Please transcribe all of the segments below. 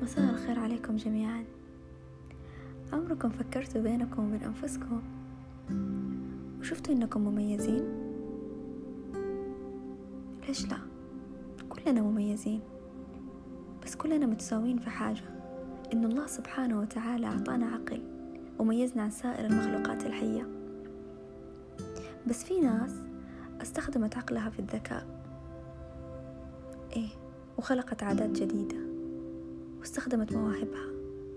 مساء الخير عليكم جميعا. عمركم فكرتوا بينكم وبين أنفسكم وشفتوا إنكم مميزين؟ ليش لا؟ كلنا مميزين، بس كلنا متساويين في حاجة، إن الله سبحانه وتعالى أعطانا عقل وميزنا عن سائر المخلوقات الحية. بس في ناس استخدمت عقلها في الذكاء وخلقت عادات جديدة واستخدمت مواهبها،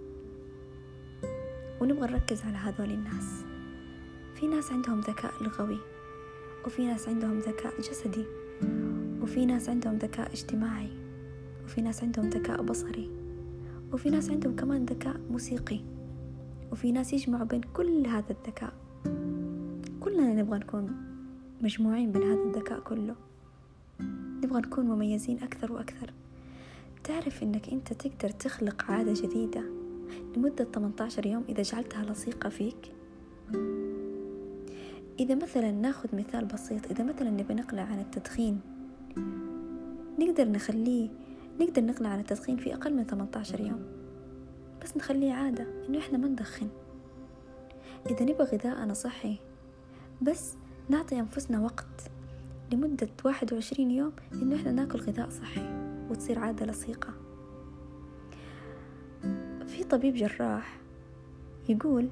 ونبغى نركز على هذول الناس. في ناس عندهم ذكاء لغوي، وفي ناس عندهم ذكاء جسدي، وفي ناس عندهم ذكاء اجتماعي، وفي ناس عندهم ذكاء بصري، وفي ناس عندهم كمان ذكاء موسيقي، وفي ناس يجمعوا بين كل هذا الذكاء. كلنا نبغى نكون مجموعين بين هذا الذكاء كله، نبغى نكون مميزين أكثر وأكثر. تعرف إنك أنت تقدر تخلق عادة جديدة لمدة 18 يوم إذا جعلتها لصيقة فيك؟ إذا مثلا ناخذ مثال بسيط، إذا مثلا نبي نقلع عن التدخين، نقدر نقلع عن التدخين في أقل من 18 يوم، بس نخليه عادة إنه إحنا ما ندخن. إذا نبغى غذاءنا صحي، بس نعطي أنفسنا وقت لمدة 21 يوم إنه إحنا ناكل غذاء صحي وتصير عادة لصيقة. في طبيب جراح يقول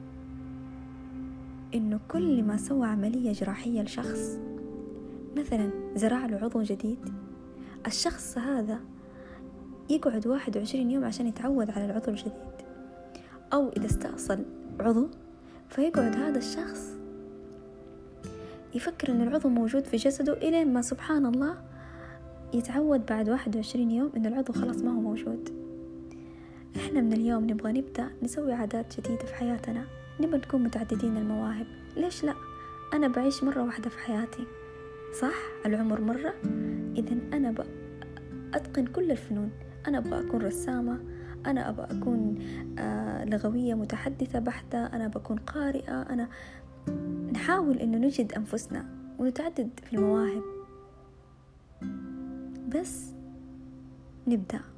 إنه كل ما سوى عملية جراحية لشخص، مثلا زرع له عضو جديد، الشخص هذا يقعد 21 يوم عشان يتعود على العضو الجديد. أو إذا استأصل عضو، فيقعد هذا الشخص يفكر إن العضو موجود في جسده إلين ما سبحان الله يتعود بعد 21 يوم إن العضو خلاص ما هو موجود. إحنا من اليوم نبغى نبدأ نسوي عادات جديدة في حياتنا، نبغى نكون متعددين المواهب. ليش لا؟ أنا بعيش مرة واحدة في حياتي، صح؟ العمر مرة. إذن أنا أتقن كل الفنون. أنا أبغى أكون رسامة، أنا أبغى أكون لغوية متحدثة بحتة، أنا بكون قارئة. أنا نحاول إنه نجد أنفسنا ونتعدد في المواهب، بس نبدأ.